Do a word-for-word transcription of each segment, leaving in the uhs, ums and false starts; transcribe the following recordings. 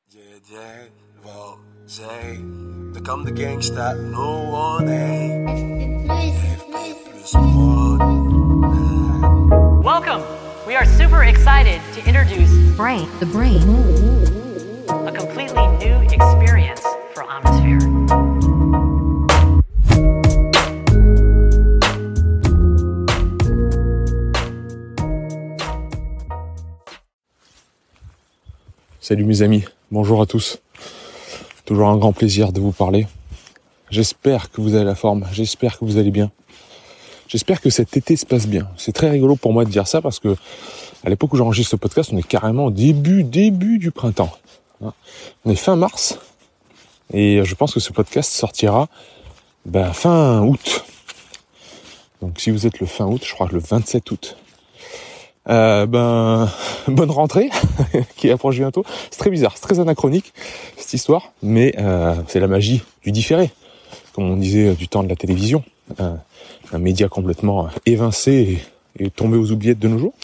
Yeah, yeah, well, say, de comme de gangsta, no one ain't. Welcome! We are super excited to introduce Brain, the Brain, a completely new experience for Omnisphere. Salut mes amis, bonjour à tous. Toujours un grand plaisir de vous parler. J'espère que vous avez la forme, j'espère que vous allez bien. J'espère que cet été se passe bien. C'est très rigolo pour moi de dire ça parce que à l'époque où j'enregistre ce podcast, on est carrément au début, début du printemps. On est fin mars et je pense que ce podcast sortira ben, fin août. Donc si vous êtes le fin août, je crois que le vingt-sept août. Euh, ben, bonne rentrée qui approche bientôt. C'est très bizarre, c'est très anachronique cette histoire, mais euh, c'est la magie du différé, comme on disait du temps de la télévision, un, un média complètement évincé et, et tombé aux oubliettes de nos jours.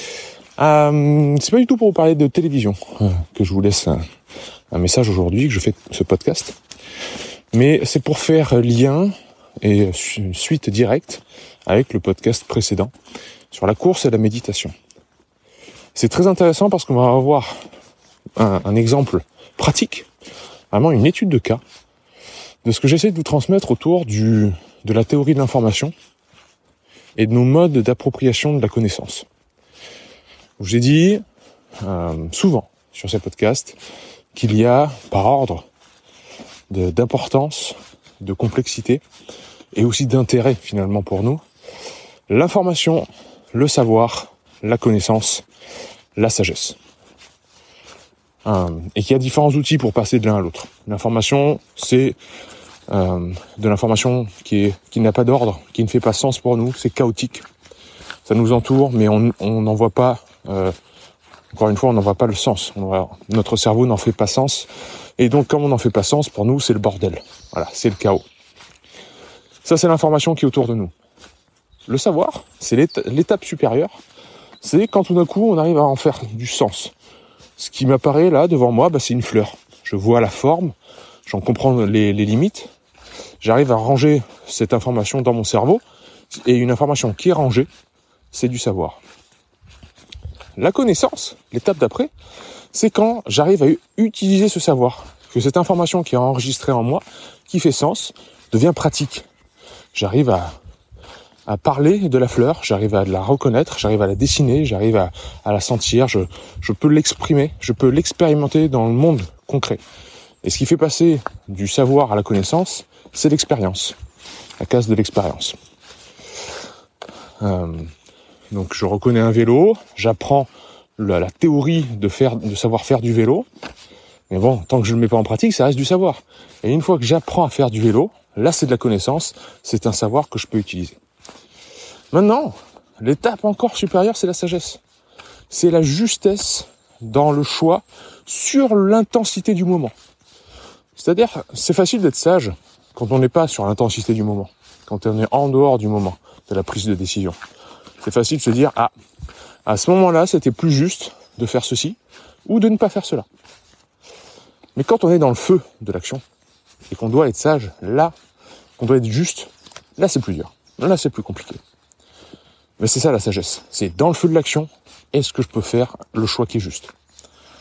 Euh, c'est pas du tout pour vous parler de télévision euh, que je vous laisse un, un message aujourd'hui, que je fais ce podcast, mais c'est pour faire lien et une suite directe avec le podcast précédent sur la course et la méditation. C'est très intéressant parce qu'on va avoir un, un exemple pratique, vraiment une étude de cas, de ce que j'essaie de vous transmettre autour du, de la théorie de l'information et de nos modes d'appropriation de la connaissance. Je vous ai dit euh, souvent sur ces podcasts qu'il y a par ordre de, d'importance, de complexité et aussi d'intérêt finalement pour nous, l'information, le savoir, la connaissance, la sagesse. Euh, et qu'il y a différents outils pour passer de l'un à l'autre. L'information, c'est euh, de l'information qui est qui n'a pas d'ordre, qui ne fait pas sens pour nous, c'est chaotique. Ça nous entoure, mais on on n'en voit pas, euh, encore une fois, on n'en voit pas le sens. On voit, notre cerveau n'en fait pas sens. Et donc, comme on n'en fait pas sens, pour nous, c'est le bordel. Voilà, c'est le chaos. Ça, c'est l'information qui est autour de nous. Le savoir, c'est l'étape supérieure, c'est quand tout d'un coup on arrive à en faire du sens. Ce qui m'apparaît là devant moi, bah, c'est une fleur. Je vois la forme, j'en comprends les, les limites, j'arrive à ranger cette information dans mon cerveau, et une information qui est rangée, c'est du savoir. La connaissance, l'étape d'après, c'est quand j'arrive à utiliser ce savoir, que cette information qui est enregistrée en moi, qui fait sens, devient pratique. J'arrive à à parler de la fleur, j'arrive à la reconnaître, j'arrive à la dessiner, j'arrive à, à la sentir, je, je peux l'exprimer, je peux l'expérimenter dans le monde concret. Et ce qui fait passer du savoir à la connaissance, c'est l'expérience, la case de l'expérience. Euh, donc je reconnais un vélo, j'apprends la, la théorie de, faire, de savoir faire du vélo, mais bon, tant que je ne le mets pas en pratique, ça reste du savoir. Et une fois que j'apprends à faire du vélo, là c'est de la connaissance, c'est un savoir que je peux utiliser. Maintenant, l'étape encore supérieure, c'est la sagesse. C'est la justesse dans le choix sur l'intensité du moment. C'est-à-dire, c'est facile d'être sage quand on n'est pas sur l'intensité du moment, quand on est en dehors du moment de la prise de décision. C'est facile de se dire, ah, à ce moment-là, c'était plus juste de faire ceci ou de ne pas faire cela. Mais quand on est dans le feu de l'action et qu'on doit être sage, là, qu'on doit être juste, là, c'est plus dur. Là, c'est plus compliqué. Mais c'est ça la sagesse. C'est dans le feu de l'action, est-ce que je peux faire le choix qui est juste ? Ok ?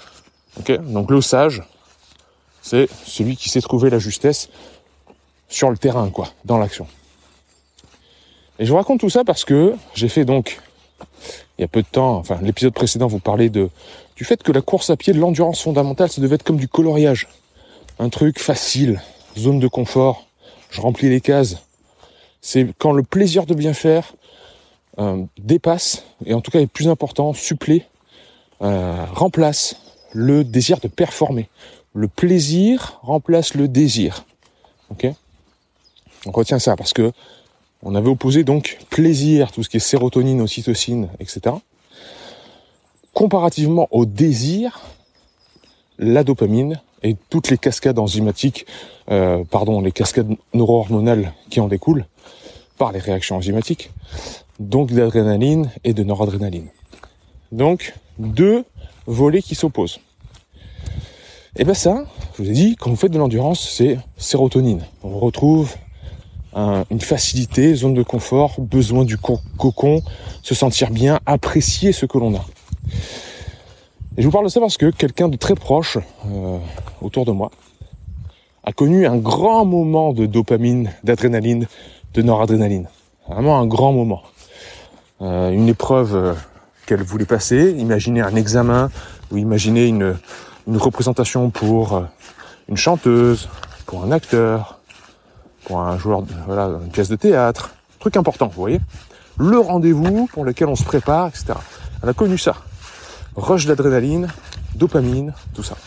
Donc le sage, c'est celui qui sait trouver la justesse sur le terrain, quoi, dans l'action. Et je vous raconte tout ça parce que j'ai fait donc, il y a peu de temps, enfin l'épisode précédent vous parlait de du fait que la course à pied de l'endurance fondamentale, ça devait être comme du coloriage. Un truc facile, zone de confort, je remplis les cases. C'est quand le plaisir de bien faire Euh, dépasse, et en tout cas est plus important, supplée, euh, remplace le désir de performer. Le plaisir remplace le désir. Ok ? On retient ça parce que on avait opposé donc plaisir, tout ce qui est sérotonine, ocytocine, et cetera. Comparativement au désir, la dopamine et toutes les cascades enzymatiques, euh, pardon, les cascades neuro-hormonales qui en découlent par les réactions enzymatiques, donc d'adrénaline et de noradrénaline. Donc, deux volets qui s'opposent. Et bien ça, je vous ai dit, quand vous faites de l'endurance, c'est sérotonine. On retrouve un, une facilité, zone de confort, besoin du co- cocon, se sentir bien, apprécier ce que l'on a. Et je vous parle de ça parce que quelqu'un de très proche, euh, autour de moi, a connu un grand moment de dopamine, d'adrénaline, de noradrénaline. Vraiment un grand moment. Euh, une épreuve euh, qu'elle voulait passer, imaginez un examen, ou imaginez une, une représentation pour euh, une chanteuse, pour un acteur, pour un joueur, de, voilà, une pièce de théâtre, truc important, vous voyez. Le rendez-vous pour lequel on se prépare, et cetera. Elle a connu ça. Rush d'adrénaline, dopamine, tout ça.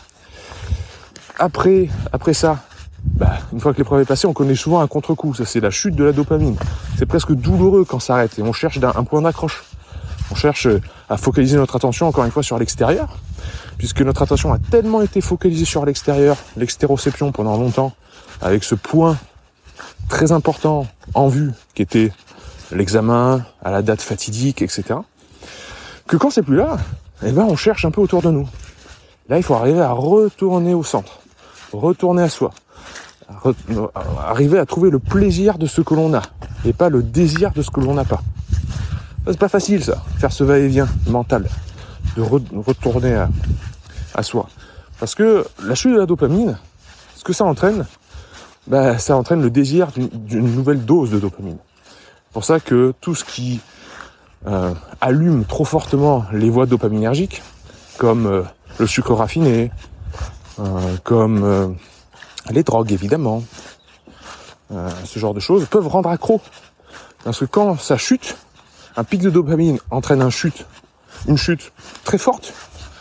Après, après ça, bah, une fois que l'épreuve est passée, on connaît souvent un contre-coup. Ça, c'est la chute de la dopamine. C'est presque douloureux quand ça arrête. Et on cherche un, un point d'accroche. On cherche à focaliser notre attention, encore une fois, sur l'extérieur. Puisque notre attention a tellement été focalisée sur l'extérieur, l'extéroception pendant longtemps, avec ce point très important en vue, qui était l'examen, à la date fatidique, et cetera, que quand c'est plus là, eh ben, on cherche un peu autour de nous. Là, il faut arriver à retourner au centre, retourner à soi, à re- à arriver à trouver le plaisir de ce que l'on a, et pas le désir de ce que l'on n'a pas. Ça, c'est pas facile, ça, faire ce va-et-vient mental, de re- retourner à, à soi. Parce que la chute de la dopamine, ce que ça entraîne, bah, ça entraîne le désir d'une, d'une nouvelle dose de dopamine. C'est pour ça que tout ce qui euh, allume trop fortement les voies dopaminergiques, comme euh, le sucre raffiné, euh, comme euh, les drogues évidemment, euh, ce genre de choses, peuvent rendre accro. Parce que quand ça chute, un pic de dopamine entraîne un chute, une chute très forte.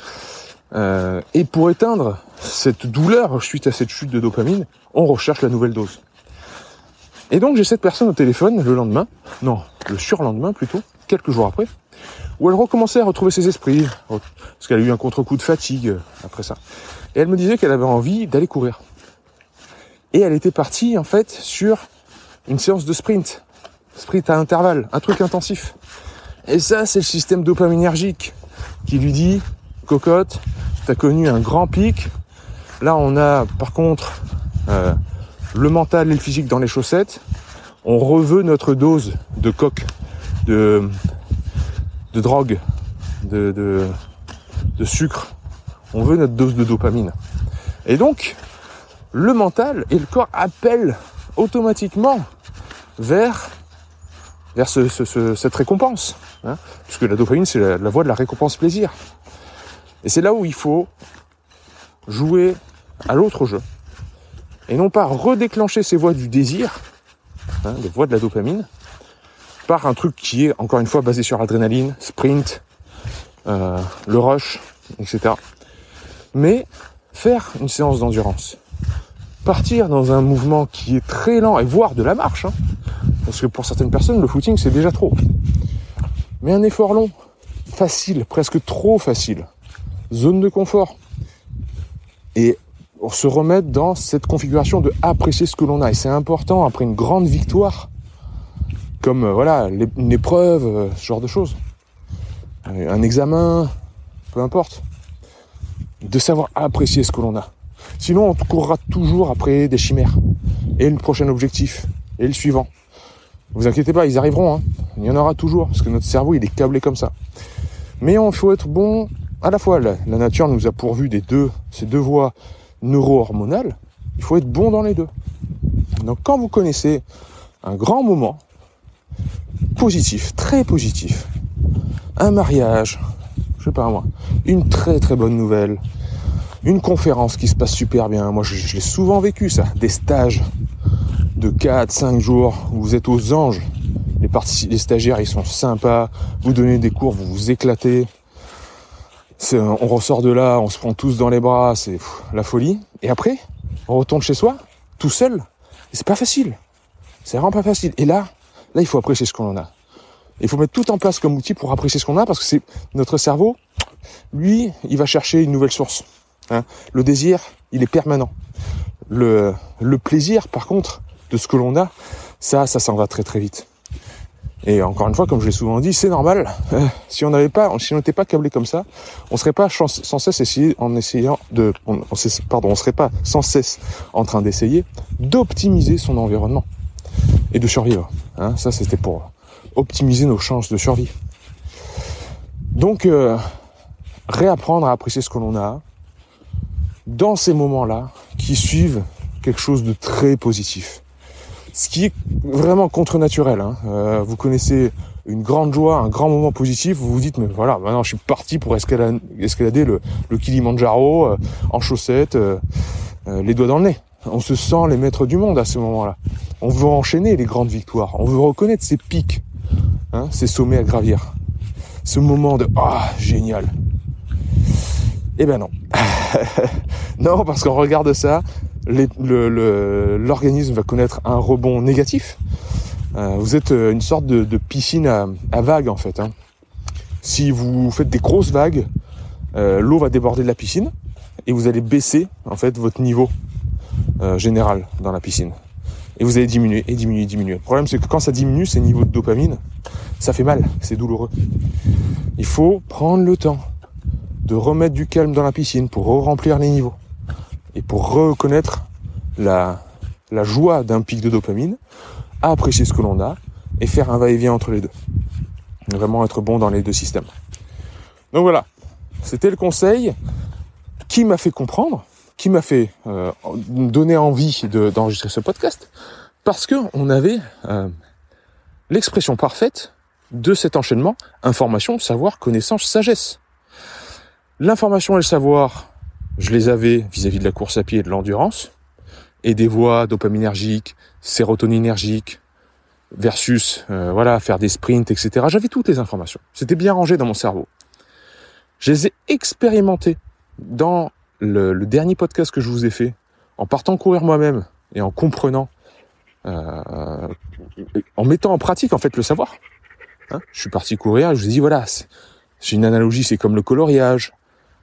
Euh, et pour éteindre cette douleur suite à cette chute de dopamine, on recherche la nouvelle dose. Et donc j'ai cette personne au téléphone le lendemain, non, le surlendemain plutôt, quelques jours après, où elle recommençait à retrouver ses esprits, parce qu'elle a eu un contre-coup de fatigue après ça. Et elle me disait qu'elle avait envie d'aller courir. Et elle était partie en fait sur une séance de sprint, sprint à intervalles, un truc intensif. Et ça, c'est le système dopaminergique qui lui dit, cocotte, t'as connu un grand pic, là on a par contre euh, le mental et le physique dans les chaussettes, on reveut notre dose de coke, de, de drogue, de, de, de sucre, on veut notre dose de dopamine. Et donc, le mental et le corps appellent automatiquement vers, vers ce, ce, ce, cette récompense, hein, puisque la dopamine c'est la, la voie de la récompense plaisir. Et c'est là où il faut jouer à l'autre jeu. Et non pas redéclencher ces voies du désir, hein, les voies de la dopamine, par un truc qui est, encore une fois, basé sur l'adrénaline, sprint, euh, le rush, et cetera. Mais faire une séance d'endurance. Partir dans un mouvement qui est très lent, et voire de la marche, hein, parce que pour certaines personnes, le footing, c'est déjà trop. Mais un effort long, facile, presque trop facile, zone de confort, et on se remettre dans cette configuration de apprécier ce que l'on a. Et c'est important, après une grande victoire, comme euh, voilà une épreuve, euh, ce genre de choses, un examen, peu importe, de savoir apprécier ce que l'on a. Sinon, on courra toujours après des chimères, et le prochain objectif, et le suivant. Vous inquiétez pas, ils arriveront, hein. Il y en aura toujours, parce que notre cerveau, il est câblé comme ça. Mais il faut être bon, à la fois, la, la nature nous a pourvu des deux, ces deux voies neuro-hormonales, il faut être bon dans les deux. Donc quand vous connaissez un grand moment positif, très positif, un mariage, je sais pas moi, une très très bonne nouvelle, une conférence qui se passe super bien, moi je, je l'ai souvent vécu ça, des stages de quatre cinq jours où vous êtes aux anges, les, partic- les stagiaires ils sont sympas, vous donnez des cours, vous vous éclatez, c'est, on ressort de là, on se prend tous dans les bras, c'est pff, la folie. Et après, on retourne chez soi, tout seul. Et c'est pas facile. C'est vraiment pas facile. Et là, là, il faut apprécier ce qu'on a. Il faut mettre tout en place comme outil pour apprécier ce qu'on a, parce que c'est notre cerveau, lui, il va chercher une nouvelle source. Hein. Le désir, il est permanent. Le, le plaisir, par contre, de ce que l'on a, ça, ça s'en va très très vite. Et encore une fois, comme je l'ai souvent dit, c'est normal. Euh, si on n'avait pas, si on n'était pas câblé comme ça, on serait pas chance, sans cesse essayer, en essayant de, on, on, pardon, on serait pas sans cesse en train d'essayer d'optimiser son environnement et de survivre. Hein, ça, c'était pour optimiser nos chances de survie. Donc, euh, réapprendre à apprécier ce que l'on a dans ces moments-là qui suivent quelque chose de très positif. Ce qui est vraiment contre-naturel. Hein. Euh, vous connaissez une grande joie, un grand moment positif, vous vous dites, mais voilà, maintenant je suis parti pour escalader, escalader le, le Kilimandjaro euh, en chaussettes, euh, euh, les doigts dans le nez. On se sent les maîtres du monde à ce moment-là. On veut enchaîner les grandes victoires, on veut reconnaître ces pics, hein, ces sommets à gravir. Ce moment de « Ah, génial !» Eh ben non. Non, parce qu'on regarde ça, les, le, le, l'organisme va connaître un rebond négatif. Euh, vous êtes une sorte de, de piscine à, à vagues, en fait. Hein. Si vous faites des grosses vagues, euh, l'eau va déborder de la piscine et vous allez baisser, en fait, votre niveau euh, général dans la piscine. Et vous allez diminuer et diminuer et diminuer. Le problème, c'est que quand ça diminue, ces niveaux de dopamine, ça fait mal, c'est douloureux. Il faut prendre le temps de remettre du calme dans la piscine pour re-remplir les niveaux et pour reconnaître la, la joie d'un pic de dopamine, à apprécier ce que l'on a et faire un va-et-vient entre les deux. Vraiment être bon dans les deux systèmes. Donc voilà, c'était le conseil qui m'a fait comprendre, qui m'a fait euh, donner envie de, d'enregistrer ce podcast, parce que on avait euh, l'expression parfaite de cet enchaînement information, savoir, connaissance, sagesse. L'information et le savoir, je les avais vis-à-vis de la course à pied et de l'endurance, et des voies dopaminergiques, sérotoninergiques, versus euh, voilà faire des sprints, et cetera. J'avais toutes les informations. C'était bien rangé dans mon cerveau. Je les ai expérimentées dans le, le dernier podcast que je vous ai fait, en partant courir moi-même et en comprenant, euh, en mettant en pratique en fait le savoir. Hein, je suis parti courir et je vous ai dit voilà, c'est, j'ai une analogie, c'est comme le coloriage.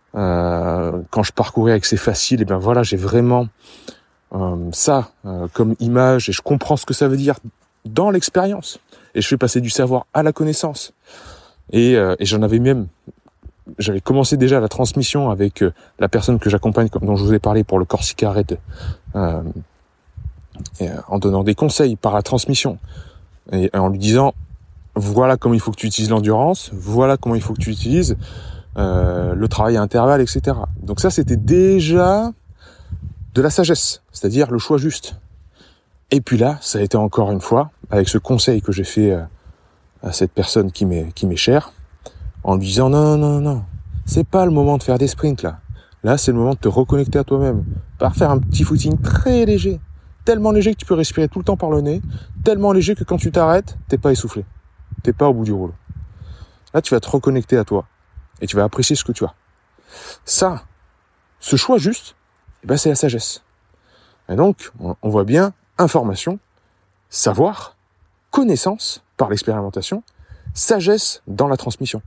Euh, quand je parcourais avec C'est facile, et ben voilà, j'ai vraiment euh, ça euh, comme image et je comprends ce que ça veut dire dans l'expérience. Et je fais passer du savoir à la connaissance. Et, euh, et j'en avais même, j'avais commencé déjà la transmission avec euh, la personne que j'accompagne, dont je vous ai parlé pour le Corsica Raid, euh, et, euh, en donnant des conseils par la transmission et en lui disant voilà comment il faut que tu utilises l'endurance, voilà comment il faut que tu utilises Euh, le travail à intervalles, et cetera. Donc ça, c'était déjà de la sagesse, c'est-à-dire le choix juste. Et puis là, ça a été encore une fois, avec ce conseil que j'ai fait euh, à cette personne qui m'est qui m'est chère, en lui disant non, non, non, non, c'est pas le moment de faire des sprints là. Là, c'est le moment de te reconnecter à toi-même, par faire un petit footing très léger, tellement léger que tu peux respirer tout le temps par le nez, tellement léger que quand tu t'arrêtes, t'es pas essoufflé, t'es pas au bout du rouleau. Là, tu vas te reconnecter à toi. Et tu vas apprécier ce que tu as. Ça, ce choix juste, eh ben c'est la sagesse. Et donc, on, on voit bien information, savoir, connaissance par l'expérimentation, sagesse dans la transmission.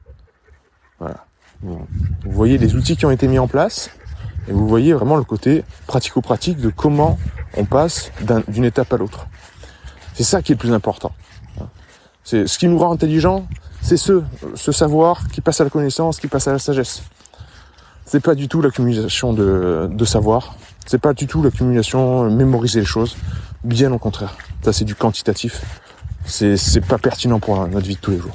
Voilà. Vous, vous voyez les outils qui ont été mis en place et vous voyez vraiment le côté pratico-pratique de comment on passe d'un, d'une étape à l'autre. C'est ça qui est le plus important. C'est ce qui nous rend intelligents. C'est ce, ce savoir qui passe à la connaissance, qui passe à la sagesse. C'est pas du tout l'accumulation de, de savoir. C'est pas du tout l'accumulation, mémoriser les choses. Bien au contraire. Ça, c'est du quantitatif. C'est, c'est pas pertinent pour notre vie de tous les jours.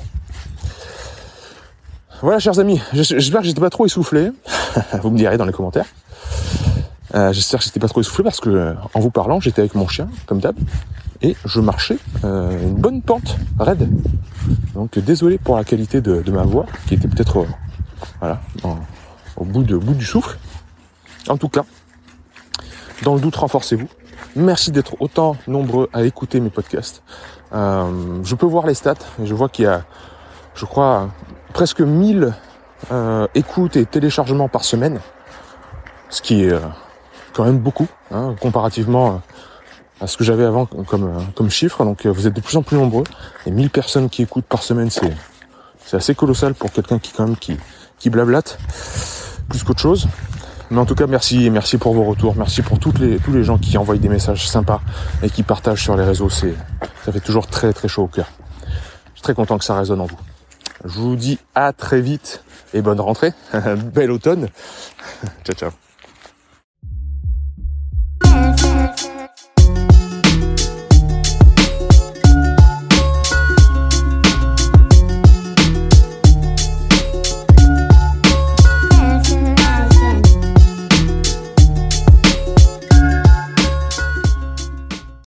Voilà, chers amis. J'espère que j'étais pas trop essoufflé. Vous me direz dans les commentaires. Euh, j'espère que j'étais pas trop essoufflé parce que, en vous parlant, j'étais avec mon chien, comme d'hab. Et je marchais euh, une bonne pente raide. Donc désolé pour la qualité de, de ma voix, qui était peut-être euh, voilà, en, au bout, de, au bout du souffle. En tout cas, dans le doute, renforcez-vous. Merci d'être autant nombreux à écouter mes podcasts. Euh, je peux voir les stats, et je vois qu'il y a, je crois, presque mille euh, écoutes et téléchargements par semaine. Ce qui est euh, quand même beaucoup, hein, comparativement... Euh, à ce que j'avais avant comme comme chiffre. Donc vous êtes de plus en plus nombreux et mille personnes qui écoutent par semaine, c'est c'est assez colossal pour quelqu'un qui quand même qui qui blablate plus qu'autre chose. Mais en tout cas, merci et merci pour vos retours, merci pour toutes les tous les gens qui envoient des messages sympas et qui partagent sur les réseaux, c'est ça fait toujours très très chaud au cœur. suis très content que ça résonne en vous. Je vous dis à très vite et bonne rentrée. Bel automne. Ciao, ciao.